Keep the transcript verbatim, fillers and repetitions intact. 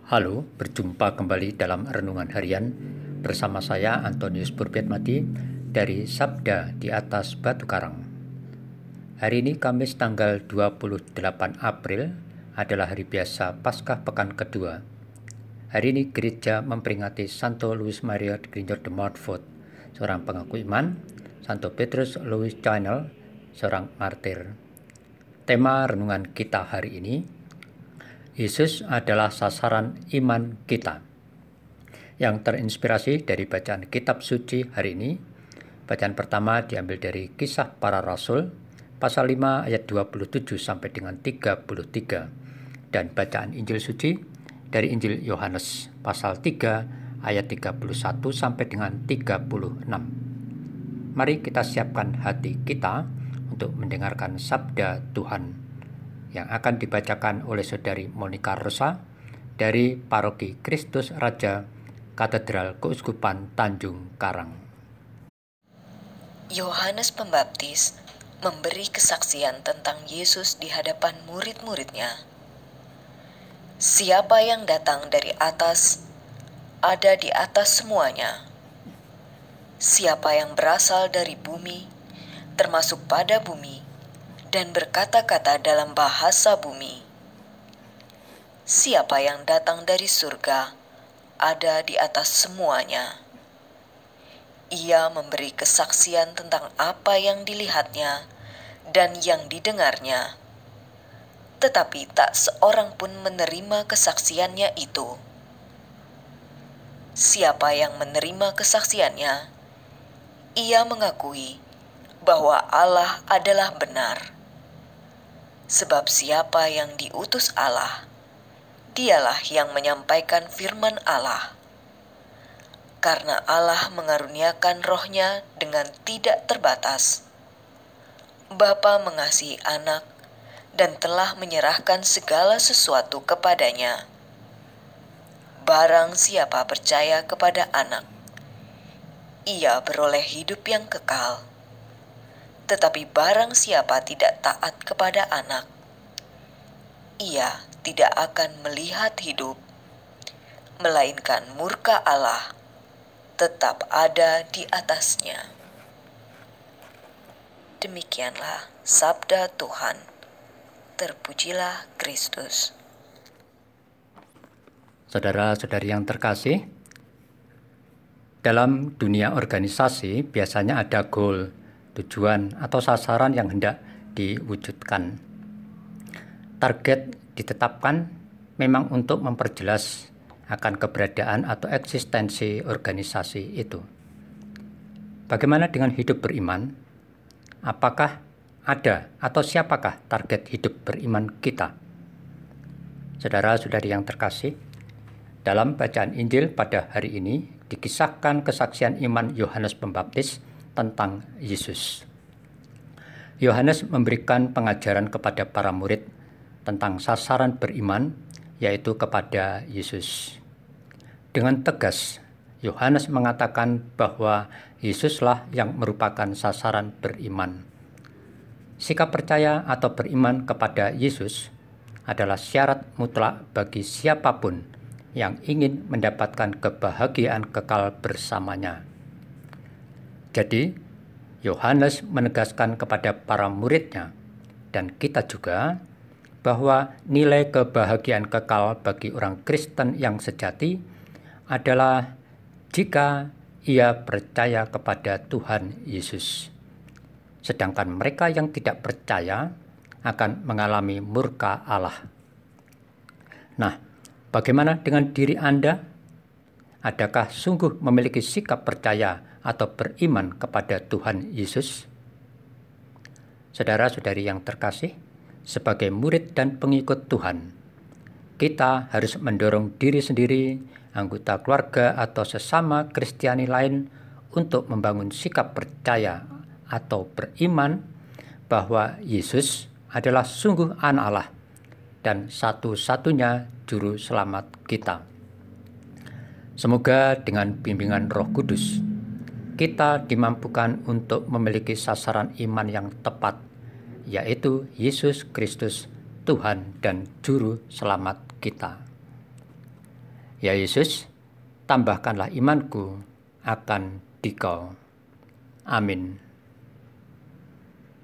Halo, berjumpa kembali dalam Renungan Harian bersama saya Antonius Burbiatmadi dari Sabda di Atas Batu Karang. Hari ini Kamis tanggal dua puluh delapan April adalah hari biasa Paskah pekan kedua. Hari ini gereja memperingati Santo Louis Maria Grignion de Montfort, seorang pengaku iman, Santo Petrus Louis Chanel, seorang martir. Tema renungan kita hari ini, Yesus adalah sasaran iman kita, yang terinspirasi dari bacaan kitab suci hari ini. Bacaan pertama diambil dari Kisah Para Rasul pasal lima ayat dua puluh tujuh sampai dengan tiga puluh tiga, dan bacaan Injil suci dari Injil Yohanes pasal tiga ayat tiga puluh satu sampai dengan tiga puluh enam. Mari kita siapkan hati kita untuk mendengarkan sabda Tuhan yang akan dibacakan oleh Saudari Monica Rosa dari Paroki Kristus Raja, Katedral Keuskupan Tanjung Karang. Yohanes Pembaptis memberi kesaksian tentang Yesus di hadapan murid-muridnya. Siapa yang datang dari atas, ada di atas semuanya. Siapa yang berasal dari bumi, termasuk pada bumi, dan berkata-kata dalam bahasa bumi. Siapa yang datang dari surga, ada di atas semuanya. Ia memberi kesaksian tentang apa yang dilihatnya dan yang didengarnya, tetapi tak seorang pun menerima kesaksiannya itu. Siapa yang menerima kesaksiannya, ia mengakui bahwa Allah adalah benar. Sebab siapa yang diutus Allah, dialah yang menyampaikan firman Allah. Karena Allah mengaruniakan rohnya dengan tidak terbatas. Bapa mengasihi anak dan telah menyerahkan segala sesuatu kepadanya. Barang siapa percaya kepada anak, ia beroleh hidup yang kekal. Tetapi barang siapa tidak taat kepada anak, ia tidak akan melihat hidup, melainkan murka Allah tetap ada di atasnya. Demikianlah sabda Tuhan. Terpujilah Kristus. Saudara-saudari yang terkasih, dalam dunia organisasi biasanya ada goal, tujuan atau sasaran yang hendak diwujudkan. Target ditetapkan memang untuk memperjelas akan keberadaan atau eksistensi organisasi itu. Bagaimana dengan hidup beriman? Apakah ada atau siapakah target hidup beriman kita? Saudara-saudari yang terkasih, dalam bacaan Injil pada hari ini dikisahkan kesaksian iman Yohanes Pembaptis tentang Yesus. Yohanes memberikan pengajaran kepada para murid tentang sasaran beriman, yaitu kepada Yesus. Dengan tegas, Yohanes mengatakan bahwa Yesuslah yang merupakan sasaran beriman. Sikap percaya atau beriman kepada Yesus adalah syarat mutlak bagi siapapun yang ingin mendapatkan kebahagiaan kekal bersamanya. Jadi, Yohanes menegaskan kepada para muridnya dan kita juga bahwa nilai kebahagiaan kekal bagi orang Kristen yang sejati adalah jika ia percaya kepada Tuhan Yesus. Sedangkan mereka yang tidak percaya akan mengalami murka Allah. Nah, bagaimana dengan diri Anda? Adakah sungguh memiliki sikap percaya atau beriman kepada Tuhan Yesus? Saudara-saudari yang terkasih, sebagai murid dan pengikut Tuhan, kita harus mendorong diri sendiri, anggota keluarga atau sesama Kristiani lain untuk membangun sikap percaya atau beriman bahwa Yesus adalah sungguh Anak Allah dan satu-satunya juru selamat kita. Semoga dengan bimbingan Roh Kudus, kita dimampukan untuk memiliki sasaran iman yang tepat, yaitu Yesus Kristus, Tuhan dan Juru Selamat kita. Ya Yesus, tambahkanlah imanku akan Dikau. Amin.